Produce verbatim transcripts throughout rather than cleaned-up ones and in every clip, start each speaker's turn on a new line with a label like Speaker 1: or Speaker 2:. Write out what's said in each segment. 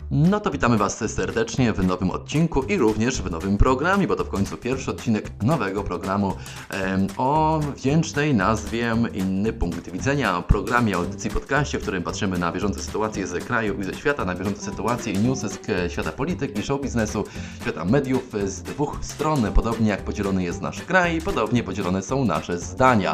Speaker 1: No to witamy Was serdecznie w nowym odcinku i również w nowym programie, bo to w końcu pierwszy odcinek nowego programu em, o wdzięcznej nazwie Inny Punkt Widzenia. Programie, audycji, podcaście, w którym patrzymy na bieżące sytuacje z kraju i ze świata, na bieżące sytuacje i newsy z świata polityki, show biznesu, świata mediów z dwóch stron. Podobnie jak podzielony jest nasz kraj, podobnie podzielone są nasze zdania.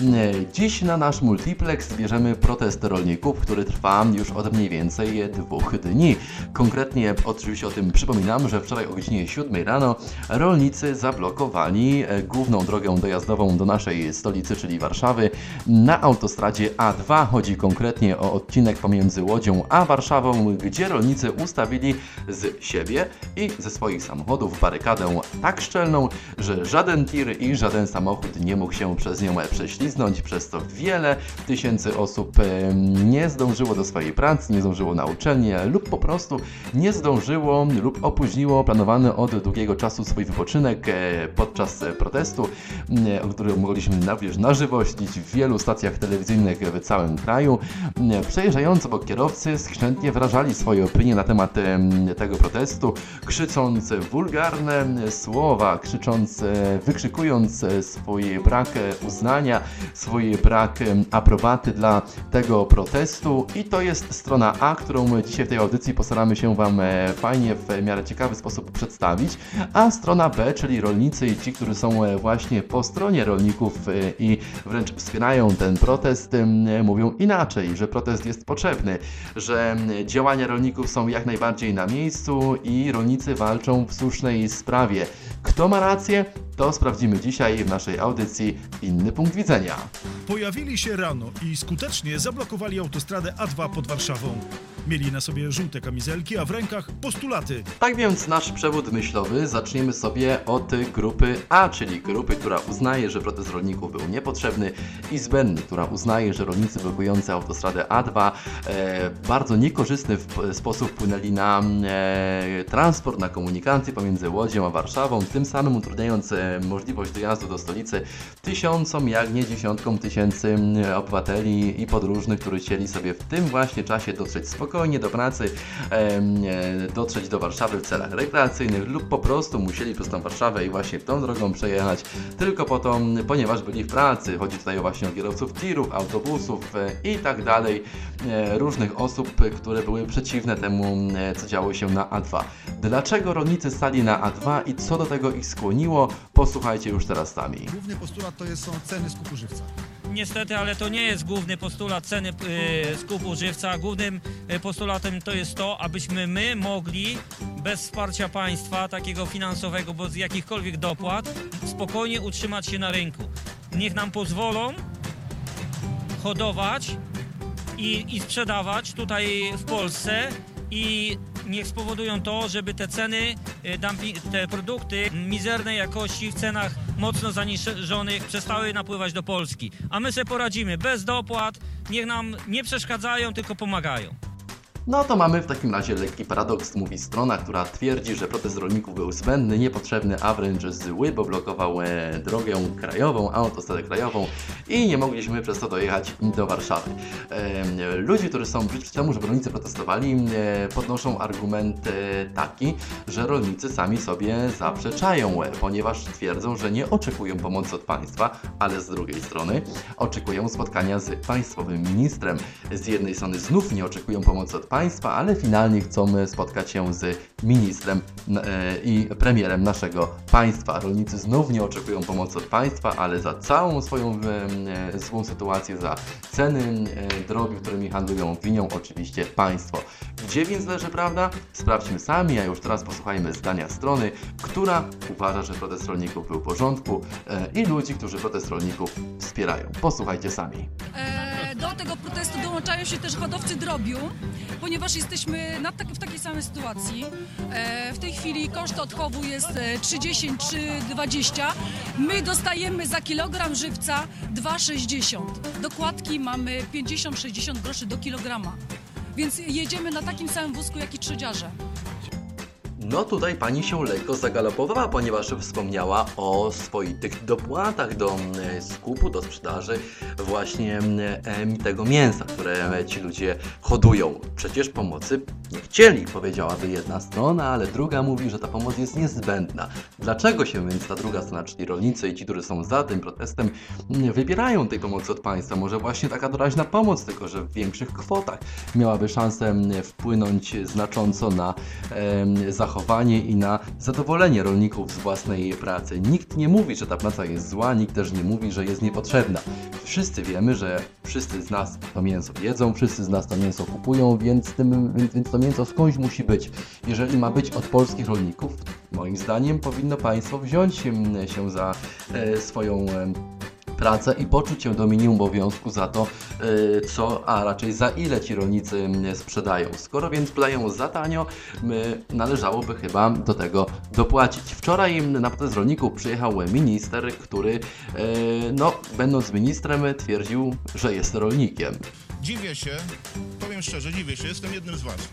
Speaker 1: Dziś na nasz multiplex bierzemy protest rolników, który trwa już od mniej więcej dwóch dni. Konkretnie oczywiście o tym przypominam, że wczoraj o godzinie siódmej rano rolnicy zablokowali główną drogę dojazdową do naszej stolicy, czyli Warszawy, na autostradzie A dwa. Chodzi konkretnie o odcinek pomiędzy Łodzią a Warszawą, gdzie rolnicy ustawili z siebie i ze swoich samochodów barykadę tak szczelną, że żaden tir i żaden samochód nie mógł się przez nią prześliznąć. Przez to wiele tysięcy osób nie zdążyło do swojej pracy, nie zdążyło na uczelnię lub po prostu nie zdążyło lub opóźniło planowany od długiego czasu swój wypoczynek podczas protestu, o którym mogliśmy również na żywo śledzić w wielu stacjach telewizyjnych w całym kraju. Przejeżdżający obok kierowcy skrzętnie wyrażali swoje opinie na temat tego protestu, krzycząc wulgarne słowa, krzycząc, wykrzykując swój brak uznania, swój brak aprobaty dla tego protestu. I to jest strona A, którą dzisiaj w tej audycji postaramy się Wam fajnie, w miarę ciekawy sposób przedstawić, a strona B, czyli rolnicy i ci, którzy są właśnie po stronie rolników i wręcz wspierają ten protest, mówią inaczej, że protest jest potrzebny, że działania rolników są jak najbardziej na miejscu i rolnicy walczą w słusznej sprawie. Kto ma rację? To sprawdzimy dzisiaj w naszej audycji Inny Punkt Widzenia.
Speaker 2: Pojawili się rano i skutecznie zablokowali autostradę A dwa pod Warszawą. Mieli na sobie żółte kamizelki, a w rękach postulaty.
Speaker 1: Tak więc nasz przewód myślowy zaczniemy sobie od grupy A, czyli grupy, która uznaje, że protest rolników był niepotrzebny i zbędny, która uznaje, że rolnicy blokujący autostradę A dwa e, w bardzo niekorzystny w, sposób wpłynęli na e, transport, na komunikację pomiędzy Łodzią a Warszawą, tym samym utrudniając e, możliwość dojazdu do stolicy tysiącom, jak nie dziesiątkom tysięcy obywateli i podróżnych, którzy chcieli sobie w tym właśnie czasie dotrzeć spokojnie do pracy, e, dotrzeć do Warszawy w celach rekreacyjnych lub po prostu musieli przez tą Warszawę i właśnie tą drogą przejechać tylko po to, ponieważ byli w pracy. Chodzi tutaj właśnie o kierowców tirów, autobusów e, i tak dalej, e, różnych osób, które były przeciwne temu, e, co działo się na A dwa. Dlaczego rolnicy stali na A dwa i co do tego ich skłoniło? Posłuchajcie już teraz sami.
Speaker 3: Główny postulat to jest, są ceny skupu żywca.
Speaker 4: Niestety, ale to nie jest główny postulat ceny y, skupu żywca. Głównym y, postulatem to jest to, abyśmy my mogli bez wsparcia państwa, takiego finansowego, bo z jakichkolwiek dopłat, spokojnie utrzymać się na rynku. Niech nam pozwolą hodować i, i sprzedawać tutaj w Polsce i niech spowodują to, żeby te ceny, te produkty mizernej jakości w cenach mocno zaniżonych przestały napływać do Polski. A my sobie poradzimy bez dopłat, niech nam nie przeszkadzają, tylko pomagają.
Speaker 1: No to mamy w takim razie lekki paradoks, mówi strona, która twierdzi, że protest rolników był zbędny, niepotrzebny, a wręcz zły, bo blokował e, drogę krajową, autostradę krajową i nie mogliśmy przez to dojechać do Warszawy. E, ludzie, którzy są przeciw temu, żeby rolnicy protestowali, e, podnoszą argument e, taki, że rolnicy sami sobie zaprzeczają, e, ponieważ twierdzą, że nie oczekują pomocy od państwa, ale z drugiej strony oczekują spotkania z państwowym ministrem. Z jednej strony znów nie oczekują pomocy od państwa, państwa, ale finalnie chcą spotkać się z ministrem i premierem naszego państwa. Rolnicy znów nie oczekują pomocy od państwa, ale za całą swoją złą sytuację, za ceny drogi, którymi handlują, winią oczywiście państwo. Gdzie więc leży prawda? Sprawdźmy sami, a już teraz posłuchajmy zdania strony, która uważa, że protest rolników był w porządku i ludzi, którzy protest rolników wspierają. Posłuchajcie sami.
Speaker 5: Do tego protestu dołączają się też hodowcy drobiu, ponieważ jesteśmy na tak, w takiej samej sytuacji. E, w tej chwili koszt odchowu jest trzydzieści czy dwadzieścia. My dostajemy za kilogram żywca dwa sześćdziesiąt. Dokładki mamy pięćdziesiąt sześćdziesiąt groszy do kilograma. Więc jedziemy na takim samym wózku jak i trzodziarze.
Speaker 1: No tutaj pani się lekko zagalopowała, ponieważ wspomniała o swoich tych dopłatach do e, skupu, do sprzedaży właśnie e, tego mięsa, które ci ludzie hodują. Przecież pomocy nie chcieli, powiedziałaby jedna strona, ale druga mówi, że ta pomoc jest niezbędna. Dlaczego się więc ta druga strona, czyli rolnicy i ci, którzy są za tym protestem, nie wybierają tej pomocy od państwa? Może właśnie taka doraźna pomoc, tylko że w większych kwotach miałaby szansę wpłynąć znacząco na e, zachowanie i na zadowolenie rolników z własnej pracy. Nikt nie mówi, że ta praca jest zła, nikt też nie mówi, że jest niepotrzebna. Wszyscy wiemy, że wszyscy z nas to mięso jedzą, wszyscy z nas to mięso kupują, więc, tym, więc to mięso skądś musi być. Jeżeli ma być od polskich rolników, moim zdaniem powinno państwo wziąć się, się za e, swoją e, pracę i poczuć się do minimum obowiązku za to, yy, co, a raczej za ile ci rolnicy sprzedają. Skoro więc sprzedają za tanio, my, należałoby chyba do tego dopłacić. Wczoraj na protest rolników przyjechał minister, który, yy, no, będąc ministrem, twierdził, że jest rolnikiem.
Speaker 6: Dziwię się, powiem szczerze, dziwię się, jestem jednym z was.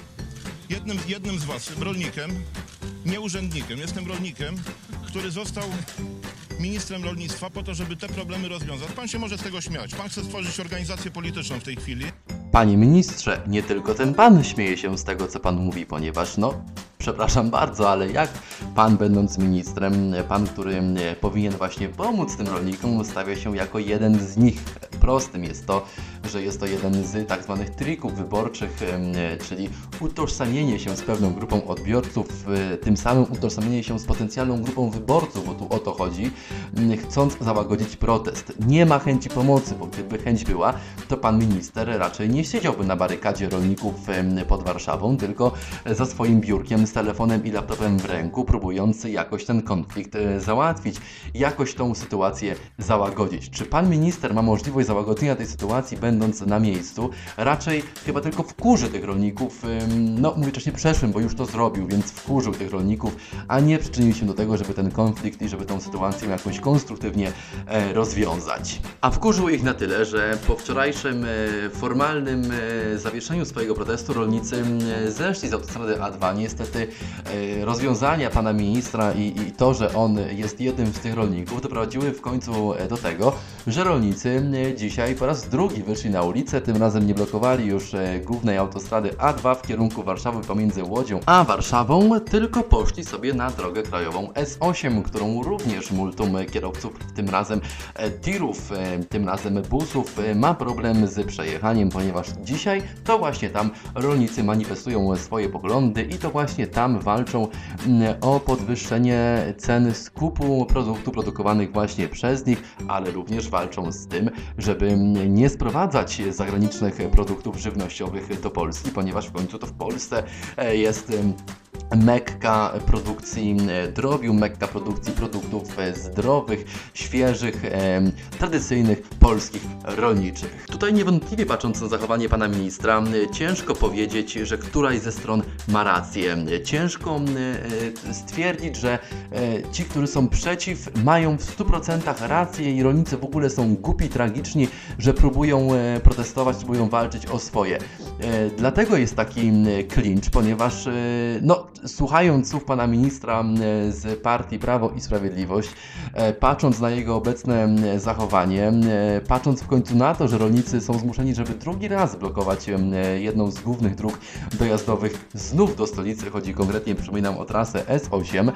Speaker 6: Jednym, jednym z was, rolnikiem, nie urzędnikiem, jestem rolnikiem, który został ministrem rolnictwa po to, żeby te problemy rozwiązać. Pan się może z tego śmiać. Pan chce stworzyć organizację polityczną w tej chwili.
Speaker 1: Panie ministrze, nie tylko ten pan śmieje się z tego, co pan mówi, ponieważ no, przepraszam bardzo, ale jak pan, będąc ministrem, pan, który powinien właśnie pomóc tym rolnikom, stawia się jako jeden z nich. Prostym jest to, że jest to jeden z tak zwanych trików wyborczych, czyli utożsamienie się z pewną grupą odbiorców, tym samym utożsamienie się z potencjalną grupą wyborców, bo tu o to chodzi, chcąc załagodzić protest. Nie ma chęci pomocy, bo gdyby chęć była, to pan minister raczej nie siedziałby na barykadzie rolników pod Warszawą, tylko za swoim biurkiem z telefonem i laptopem w ręku, próbując jakoś ten konflikt załatwić, jakoś tą sytuację załagodzić. Czy pan minister ma możliwość załagodzenia tej sytuacji, będąc na miejscu? Raczej chyba tylko wkurzy tych rolników, no mówię wcześniej przeszłym, bo już to zrobił, więc wkurzył tych rolników, a nie przyczynił się do tego, żeby ten konflikt i żeby tą sytuację jakoś konstruktywnie e, rozwiązać. A wkurzył ich na tyle, że po wczorajszym e, formalnym e, zawieszeniu swojego protestu rolnicy e, zeszli z autostrady A dwa. Niestety e, rozwiązania pana ministra i, i to, że on jest jednym z tych rolników, doprowadziły w końcu do tego, że rolnicy e, dzisiaj po raz drugi wyszli na ulicę, tym razem nie blokowali już e, głównej autostrady A dwa w kierunku Warszawy pomiędzy Łodzią a Warszawą, tylko poszli sobie na drogę krajową S osiem, którą również multum kierowców, tym razem e, tirów, e, tym razem busów, e, ma problem z przejechaniem, ponieważ dzisiaj to właśnie tam rolnicy manifestują swoje poglądy i to właśnie tam walczą m, o podwyższenie cen skupu produktów produkowanych właśnie przez nich, ale również walczą z tym, żeby nie sprowadzać zagranicznych produktów żywnościowych do Polski, ponieważ w końcu to w Polsce e, jest e, mekka produkcji drobiu, mekka produkcji produktów zdrowych, świeżych, e, tradycyjnych, polskich, rolniczych. Tutaj niewątpliwie patrząc na zachowanie pana ministra, ciężko powiedzieć, że któraś ze stron ma rację. Ciężko e, stwierdzić, że e, ci, którzy są przeciw, mają w stu procentach rację i rolnicy w ogóle są głupi, tragiczni, że próbują e, protestować, próbują walczyć o swoje. E, dlatego jest taki klincz, ponieważ e, no, słuchając słów pana ministra z partii Prawo i Sprawiedliwość, patrząc na jego obecne zachowanie, patrząc w końcu na to, że rolnicy są zmuszeni, żeby drugi raz blokować jedną z głównych dróg dojazdowych znów do stolicy, chodzi konkretnie, przypominam, o trasę S osiem,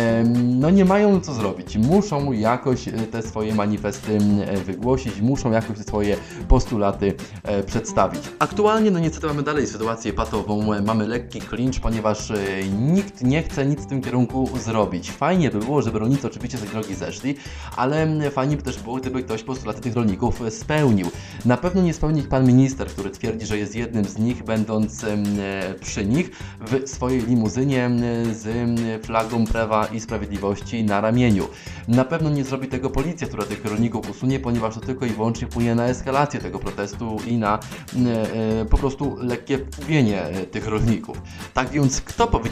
Speaker 1: no nie mają co zrobić. Muszą jakoś te swoje manifesty wygłosić, muszą jakoś te swoje postulaty przedstawić. Aktualnie, no niestety mamy dalej sytuację patową, mamy lekki klincz, ponieważ nikt nie chce nic w tym kierunku zrobić. Fajnie by było, żeby rolnicy oczywiście z tej drogi zeszli, ale fajnie by też było, gdyby ktoś postulaty tych rolników spełnił. Na pewno nie spełni ich pan minister, który twierdzi, że jest jednym z nich, będąc przy nich w swojej limuzynie z flagą Prawa i Sprawiedliwości na ramieniu. Na pewno nie zrobi tego policja, która tych rolników usunie, ponieważ to tylko i wyłącznie wpłynie na eskalację tego protestu i na e, po prostu lekkie wkupienie tych rolników. Tak więc kto powinien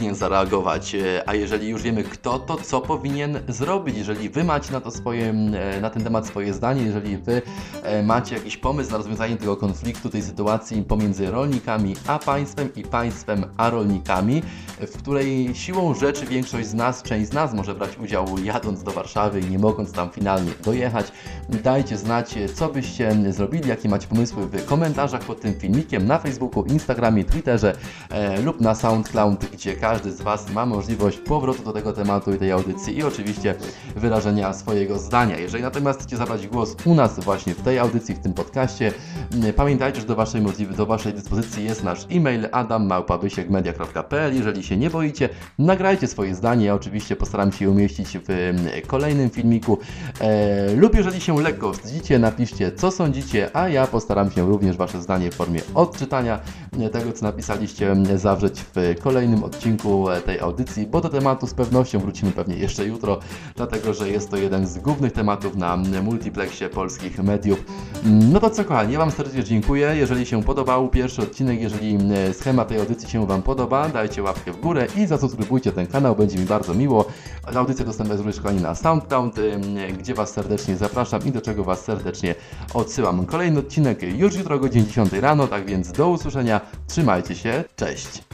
Speaker 1: powinien zareagować, a jeżeli już wiemy kto, to co powinien zrobić. Jeżeli wy macie na to swoje, na ten temat swoje zdanie, jeżeli wy macie jakiś pomysł na rozwiązanie tego konfliktu, tej sytuacji pomiędzy rolnikami a państwem i państwem a rolnikami, w której siłą rzeczy większość z nas, część z nas może brać udział jadąc do Warszawy i nie mogąc tam finalnie dojechać, dajcie znać, co byście zrobili, jakie macie pomysły w komentarzach pod tym filmikiem na Facebooku, Instagramie, Twitterze e, lub na SoundCloud, gdzie każdy z Was ma możliwość powrotu do tego tematu i tej audycji i oczywiście wyrażenia swojego zdania. Jeżeli natomiast chcecie zabrać głos u nas właśnie w tej audycji, w tym podcaście, pamiętajcie, że do Waszej, do waszej dyspozycji jest nasz e-mail adam małpa wysiek media kropka p l. Jeżeli się nie boicie, nagrajcie swoje zdanie, ja oczywiście postaram się je umieścić w kolejnym filmiku e, lub jeżeli się lekko wstydzicie, napiszcie co sądzicie, a ja postaram się również Wasze zdanie w formie odczytania tego, co napisaliście, zawrzeć w kolejnym odcinku tej audycji, bo do tematu z pewnością wrócimy pewnie jeszcze jutro, dlatego że jest to jeden z głównych tematów na multiplexie polskich mediów. No to co, kochani, ja Wam serdecznie dziękuję. Jeżeli się podobał pierwszy odcinek, jeżeli schemat tej audycji się Wam podoba, dajcie łapkę w górę i zasubskrybujcie ten kanał, będzie mi bardzo miło. Audycja dostępna jest również, kochani, na SoundCloud, gdzie Was serdecznie zapraszam i do czego Was serdecznie odsyłam. Kolejny odcinek już jutro o godzinie dziesiątej rano, tak więc do usłyszenia, trzymajcie się, cześć!